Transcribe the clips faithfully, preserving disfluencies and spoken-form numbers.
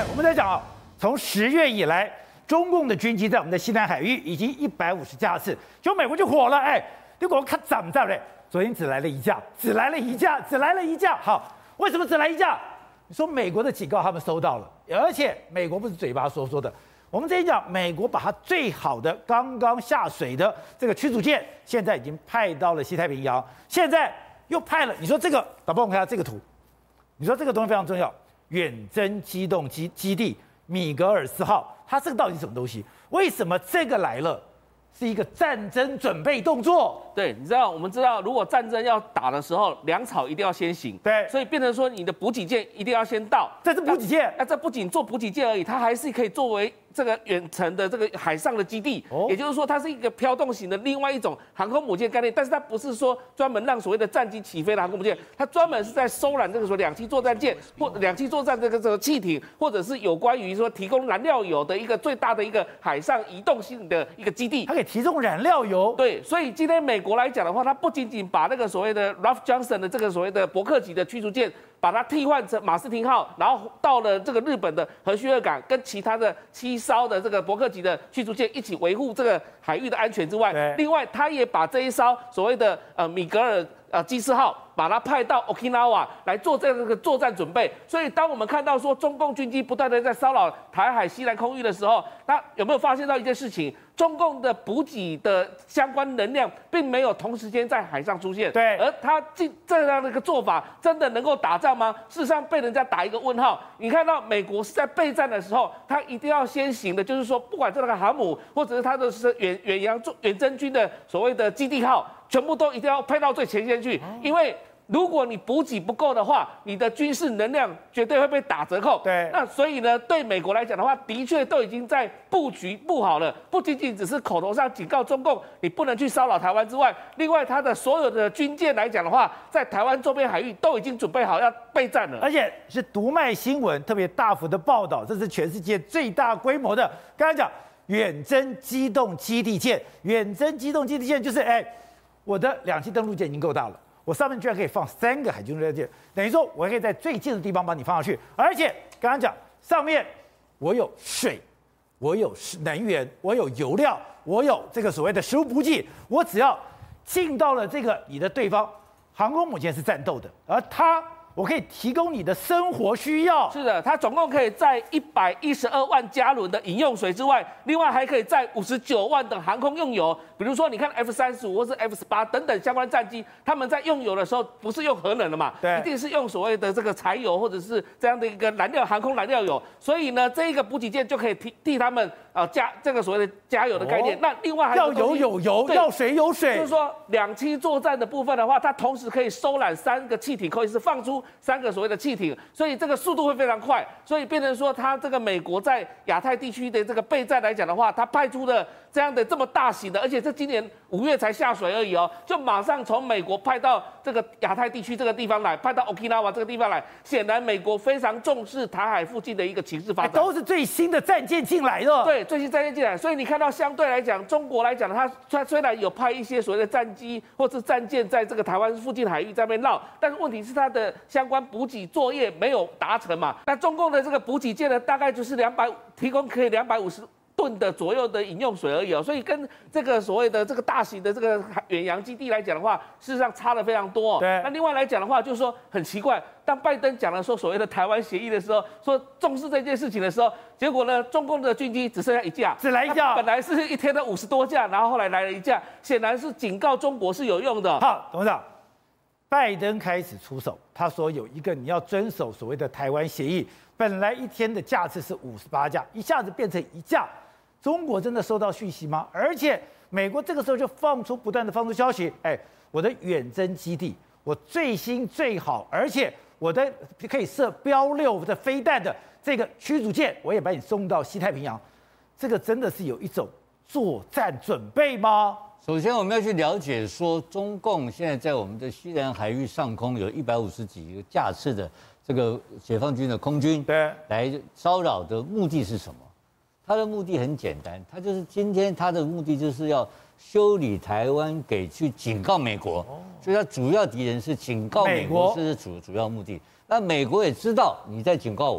我们在讲啊，从十月以来，中共的军机在我们的西南海域已经一百五十架次，就美国就火了，哎，结果看涨涨嘞，昨天只来了一架，只来了一架，只来了一架。好，为什么只来一架？你说美国的警告他们收到了，而且美国不是嘴巴说说的，我们之前讲，美国把它最好的刚刚下水的这个驱逐舰，现在已经派到了西太平洋，现在又派了，你说这个，导播我们看下这个图，你说这个东西非常重要。远征机动基基地米格尔斯号，它这个到底是什么东西？为什么这个来了是一个战争准备动作？ 对，你知道，我们知道，如果战争要打的时候，粮草一定要先行。 对， 所以变成说，你的补给舰一定要先到。 这是补给舰， 那这不仅做补给舰而已，它还是可以作为这个远程的这个海上的基地。哦，也就是说，它是一个飘动型的另外一种航空母舰概念，但是它不是说专门让所谓的战机起飞的航空母舰，它专门是在收揽这个说两栖作战舰或两栖作战这个这个汽艇，或者是有关于说提供燃料油的一个最大的一个海上移动性的一个基地。 它可以提供燃料油。 对，所以今天美国来讲的话，它不仅仅把那个所谓的 Ralph Johnson 的这个所谓的伯克级的驱逐舰，把它替换成马斯廷号，然后到了这个日本的和须尔港，跟其他的七艘的这个伯克级的驱逐舰一起维护这个海域的安全之外，另外他也把这一艘所谓的呃米格尔呃基斯号，把它派到 Okinawa 来做这个作战准备。所以当我们看到说中共军机不断的在骚扰台海西南空域的时候，那有没有发现到一件事情？中共的补给的相关能量并没有同时间在海上出现， 对， 而他这样的一个做法真的能够打仗吗？事实上被人家打一个问号。你看到美国是在备战的时候，他一定要先行的，就是说不管这个航母或者是他的是远远洋远征军的所谓的基地号，全部都一定要派到最前线去，因为如果你补给不够的话，你的军事能量绝对会被打折扣。 对， 那所以呢，对美国来讲的话，的确都已经在布局布好了，不仅仅只是口头上警告中共你不能去骚扰台湾之外，另外他的所有的军舰来讲的话，在台湾周边海域都已经准备好要备战了， 而且是读卖新闻特别大幅的报道，这是全世界最大规模的。刚才讲远征机动基地舰，远征机动基地舰就是哎，我的两栖登陆舰已经够大了。我上面居然可以放三个海军陆舰，等于说我可以在最近的地方把你放上去，而且刚刚讲上面我有水，我有能源，我有油料，我有这个所谓的食物补给，我只要进到了这个你的对方航空母舰是战斗的，而它我可以提供你的生活需要。 是的，它总共可以载一百一十二万加仑的饮用水之外，另外还可以载五十九万的航空用油。比如说，你看 F 三十五或是 F 十八等等相关战机，他们在用油的时候不是用核能的嘛， 对， 一定是用所谓的这个柴油或者是这样的一个燃料航空燃料油。所以呢，这一个补给舰就可以替替他们呃加这个所谓的加油的概念。哦、那另外还有要油有油，要水有水， 就是说两栖作战的部分的话，它同时可以收揽三个气艇，可以是放出三个所谓的气艇，所以这个速度会非常快，所以变成说，它这个美国在亚太地区的这个备战来讲的话，它派出了这样的这么大型的，而且这今年五月才下水而已哦，就马上从美国派到这个亚太地区这个地方来，派到 Okinawa 这个地方来，显然美国非常重视台海附近的一个情势发展， 都是最新的战舰进来的， 对，最新战舰进来，所以你看到相对来讲，中国来讲呢，它它虽然有派一些所谓的战机或是战舰在这个台湾附近海域在那边绕，但是问题是它的相关补给作业没有达成嘛？那中共的这个补给舰呢，大概就是两百提供可以两百五十吨的左右的饮用水而已哦，所以跟这个所谓的这个大型的这个远洋基地来讲的话，事实上差了非常多、哦。 对。 那另外来讲的话，就是说很奇怪，当拜登讲了说所谓的台湾协议的时候，说重视这件事情的时候，结果呢，中共的军机只剩下一架， 只来一架， 本来是一天的五十多架，然后后来来了一架，显然是警告中国是有用的。 好，董事长。拜登开始出手，他说有一个你要遵守所谓的台湾协议，本来一天的架次是五十八架，一下子变成一架，中国真的收到讯息吗？而且美国这个时候就放出不断的放出消息，哎，我的远征基地，我最新最好，而且我的可以射标六的飞弹的这个驱逐舰，我也把你送到西太平洋，这个真的是有一种作战准备吗？ 首先，我们要去了解说，中共现在在我们的西南海域上空有一百五十几个架次的这个解放军的空军， 对， 来骚扰的目的是什么？他的目的很简单，他就是今天他的目的就是要修理台湾，给去警告美国，所以他主要敌人是警告美国，这是主主要目的。那美国也知道你在警告我，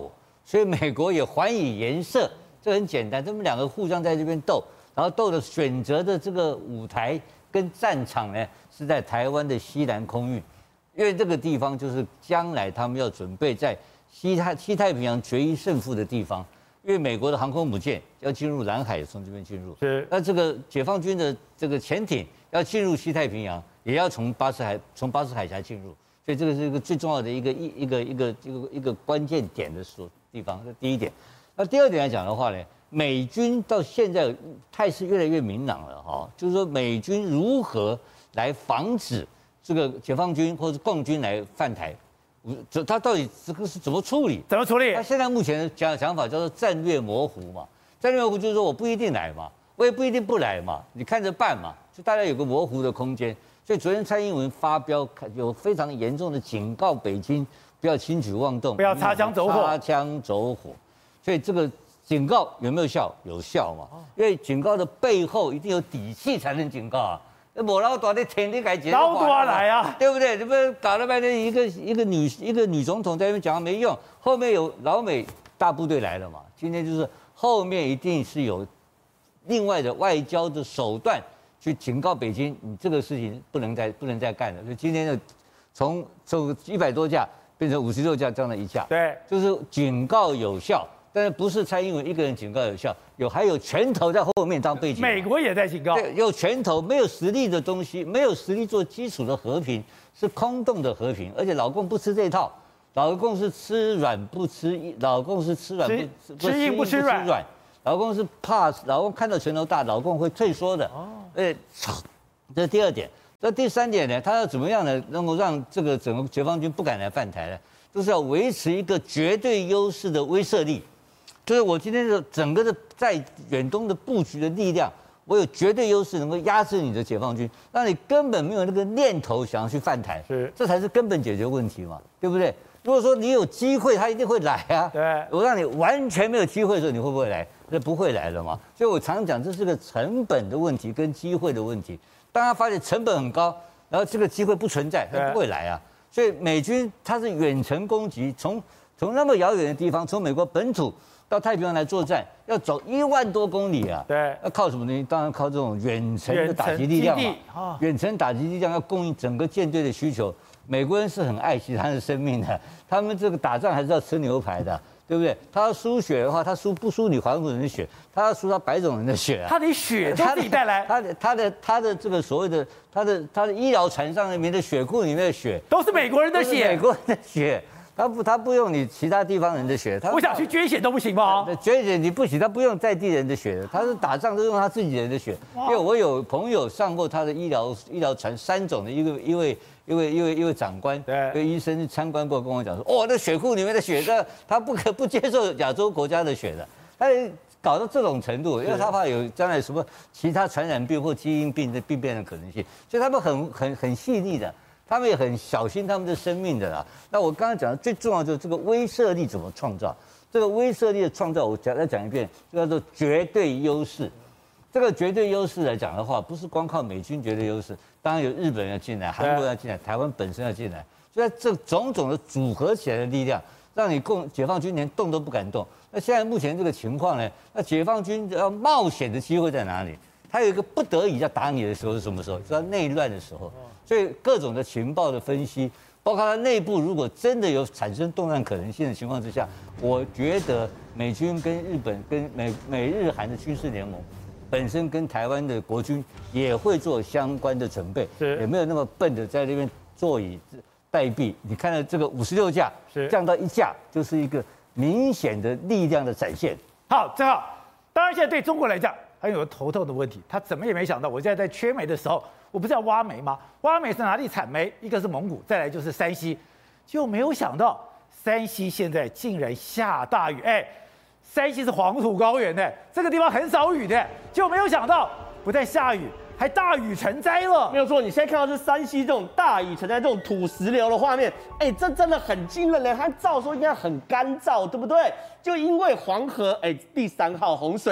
所以美国也还以颜色，这很简单，他们两个互相在这边斗，然后斗的选择的这个舞台跟战场呢是在台湾的西南空域，因为这个地方就是将来他们要准备在西太西太平洋决一胜负的地方，因为美国的航空母舰要进入南海，从这边进入， 是， 那这个解放军的这个潜艇要进入西太平洋，也要从巴士海从巴士海峡进入。所以这个是一个最重要的一个一一个一个一个一个关键点的所地方，这第一点。那第二点来讲的话呢，美军到现在态势越来越明朗了哈，就是说美军如何来防止这个解放军或者共军来犯台，这他到底这个是怎么处理？ 怎么处理？ 他现在目前的讲讲法叫做战略模糊嘛，战略模糊就是说我不一定来嘛，我也不一定不来嘛，你看着办嘛，就大家有个模糊的空间。所以昨天蔡英文发飙，有非常严重的警告北京不要轻举妄动， 不要擦枪走火。 擦枪走火。所以这个警告有没有效？有效嘛？因为警告的背后一定有底气才能警告啊。我老大的天地改节， 老大来啊， 对不对？你们搞了半天，一个一个女一个女总统在那边讲没用，后面有老美大部队来了嘛。今天就是后面一定是有另外的外交的手段。去警告北京，你这个事情不能再不能再干了。所以今天的从从一百多架变成五十六架这样的一架， 对， 就是警告有效，但是不是蔡英文一个人警告有效，有还有拳头在后面当背景。 美国也在警告， 对，有拳头，没有实力的东西，没有实力做基础的和平是空洞的和平，而且老共不吃这套，老共是吃软不吃硬，老共是吃软不吃硬不吃软。 老公是怕老公看到拳头大，老公会退缩的。哦，哎，这是第二点。那第三点呢？他要怎么样呢？能够让这个整个解放军不敢来犯台呢？就是要维持一个绝对优势的威慑力。就是我今天的整个的在远东的布局的力量，我有绝对优势，能够压制你的解放军，让你根本没有那个念头想要去犯台。 是， 这才是根本解决问题嘛，对不对？如果说你有机会，他一定会来啊。 对， 我让你完全没有机会的时候，你会不会来？那不会来了嘛。所以我常讲，这是个成本的问题跟机会的问题。当他发现成本很高，然后这个机会不存在，他不会来啊。所以美军它是远程攻击，从从那么遥远的地方，从美国本土到太平洋来作战，要走一万多公里啊。 对， 要靠什么东西？当然靠这种远程的打击力量嘛。远程打击力量要供应整个舰队的需求。美国人是很爱惜他的生命的，他们这个打仗还是要吃牛排的，对不对？他要输血的话，他输不输你黄种人的血，他要输他白种人的血啊。 他的血都自己带来， 他的他的他的这个所谓的他的他的医疗船上里面的血库里面的血， 都是美国人的血， 美国人的血。他不，他不用你其他地方人的血，他我想去捐血都不行吗？ 捐血你不行，他不用在地人的血，他是打仗都用他自己人的血。因为我有朋友上过他的医疗医疗船，三种的一个一位一位一位一位长官， 对， 一个医生参观过，跟我讲说，哦，那血库里面的血，这他不可不接受亚洲国家的血的，他搞到这种程度，因为他怕有将来什么其他传染病或基因病的病变的可能性，所以他们很很很细腻的。他们也很小心他们的生命的啦。那我刚刚讲的最重要就是这个威慑力怎么创造？这个威慑力的创造，我讲再讲一遍，就叫做绝对优势。这个绝对优势来讲的话，不是光靠美军绝对优势，当然有日本要进来，韩国要进来，台湾本身要进来，所以这种种的组合起来的力量，让你共解放军连动都不敢动。那现在目前这个情况呢？那解放军要冒险的机会在哪里？他有一个不得已要打你的时候是什么时候？就要内乱的时候。所以各种的情报的分析，包括它内部如果真的有产生动乱可能性的情况之下，我觉得美军跟日本跟美美日韩的军事联盟，本身跟台湾的国军也会做相关的准备，也没有那么笨的在那边坐以待毙。你看到这个五十六架降到一架，就是一个明显的力量的展现。 好，正好，当然现在对中国来讲很有个头痛的问题，他怎么也没想到，我现在在缺煤的时候。我不是要挖煤吗？挖煤是哪里产煤？一个是蒙古，再来就是山西。结果没有想到，山西现在竟然下大雨。哎，山西是黄土高原的，这个地方很少雨的。结果没有想到，不但下雨，还大雨成灾了。 没有错，你现在看到是山西这种大雨成灾、这种土石流的画面，哎，这真的很惊人嘞。它照说应该很干燥，对不对？就因为黄河哎第三号洪水。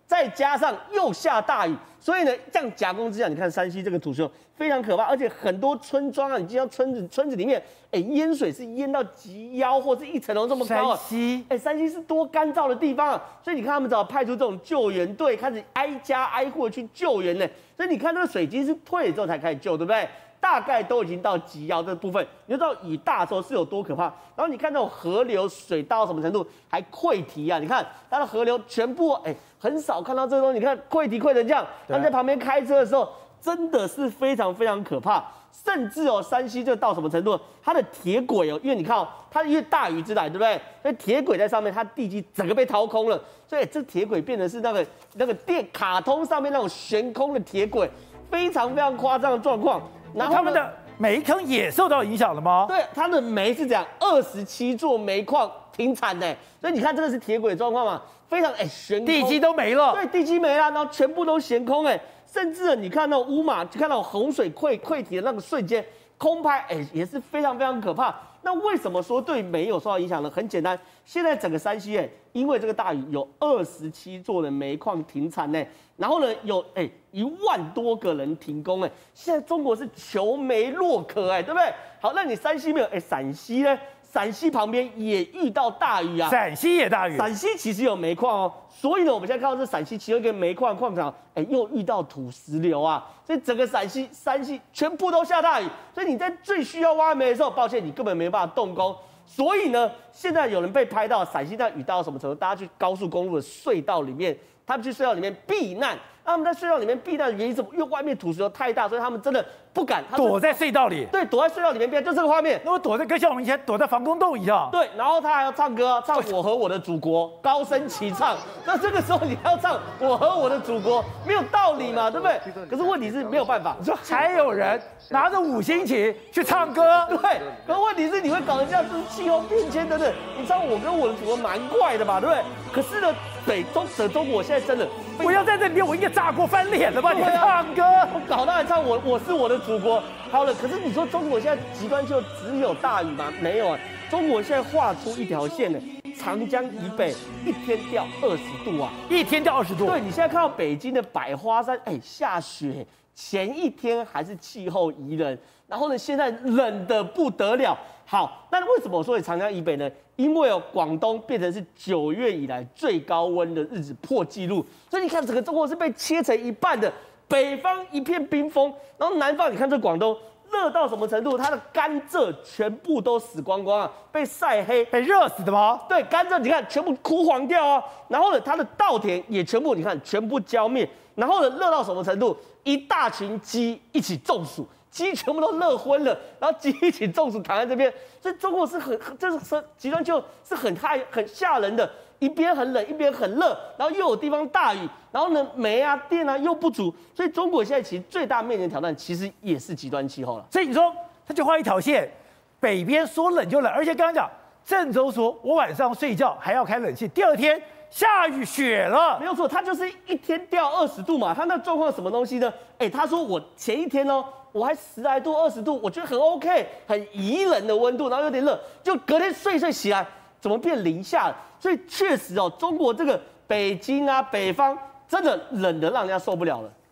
再加上又下大雨，所以呢，这样夹攻之下，你看山西这个土石非常可怕，而且很多村庄啊，你进到村子村子里面，哎，淹水是淹到及腰或是一层楼这么高啊。 山西， 哎，山西是多干燥的地方啊，所以你看他们只好派出这种救援队，开始挨家挨户去救援呢。所以你看这个水已经是退了之后才开始救，对不对？大概都已经到及腰这部分，你就知道雨大的时候是有多可怕。然后你看这种河流水大到什么程度，还溃堤啊！你看它的河流全部，哎，很少看到这个东西。你看溃堤溃成这样，他们在旁边开车的时候，真的是非常非常可怕。甚至哦，山西这到什么程度？它的铁轨哦，因为你看哦，它因为大雨之来，对不对？所以铁轨在上面，它地基整个被掏空了，所以这铁轨变成是那个那个电卡通上面那种悬空的铁轨，非常非常夸张的状况。然后他们的煤坑也受到影响了吗？ 对，它的煤是这样，二十七座煤矿停产的，所以你看这个是铁轨状况嘛，非常哎悬空， 地基都没了。 对，地基没了，然后全部都悬空哎，甚至你看到乌马，就看到洪水溃溃堤的那个瞬间，空拍哎也是非常非常可怕。那为什么说对煤有受到影响呢？很简单，现在整个山西哎，因为这个大雨，有二十七座的煤矿停产呢。然后呢，有哎一万多个人停工哎，现在中国是求煤若渴哎，对不对？好，那你山西没有哎，陕西呢？陕西旁边也遇到大雨啊， 陕西也大雨。 陕西其实有煤矿哦，所以呢，我们现在看到这陕西其中一个煤矿矿场，哎，又遇到土石流啊，所以整个陕西、山西全部都下大雨，所以你在最需要挖煤的时候，抱歉，你根本没办法动工。所以呢，现在有人被拍到陕西那雨到什么程度？大家去高速公路的隧道里面，他们去隧道里面避难。他们在隧道里面避难的原因是什么？因为外面土石流太大，所以他们真的不敢躲在隧道里。 对，躲在隧道里面避难，就这个画面。 那我躲在跟像我们以前躲在防空洞一样。 对，然后他还要唱歌，唱《我和我的祖国》，高声齐唱。那这个时候你要唱《我和我的祖国》，没有道理嘛，对不对？可是问题是没有办法， 你说还有人拿着五星旗去唱歌， 对。可是问题是你会搞成这样，就是气候变迁等等。你唱《我跟我的祖国》蛮怪的嘛，对不对？可是呢，北中整中国现在真的， 我要在这里面，我应该炸锅翻脸了吧？你唱歌， 我搞到来唱我我是我的祖国。好了，可是你说中国现在极端气候只有大雨吗？没有啊，中国现在画出一条线呢，长江以北一天掉二十度啊， 一天掉二十度。 对，你现在看到北京的百花山，哎，下雪，前一天还是气候宜人，然后呢，现在冷得不得了。好，那为什么我说长江以北呢？因为哦，广东变成是九月以来最高温的日子破纪录，所以你看整个中国是被切成一半的，北方一片冰封，然后南方你看这广东热到什么程度？它的甘蔗全部都死光光啊，被晒黑， 被热死的吗？ 对，甘蔗你看全部枯黄掉啊，然后呢，它的稻田也全部你看全部浇灭，然后呢，热到什么程度？一大群鸡一起中暑。鸡全部都热昏了，然后鸡一起中暑躺在这边，所以中国是很，这是极端气候是很害很吓人的，一边很冷一边很热，然后又有地方大雨，然后呢煤啊电啊又不足，所以中国现在其实最大面临的挑战其实也是极端气候了。 所以你说他就画一条线，北边说冷就冷，而且刚刚讲郑州说我晚上睡觉还要开冷气，第二天下雨雪了， 没有错，他就是一天掉二十度嘛，他那状况什么东西呢？哎，他说我前一天哦。我还十来度、二十度，我觉得很 OK， 很宜人的温度，然后有点热，就隔天睡睡起来，怎么变零下了？所以确实哦，中国这个北京啊、北方真的冷得让人家受不了了。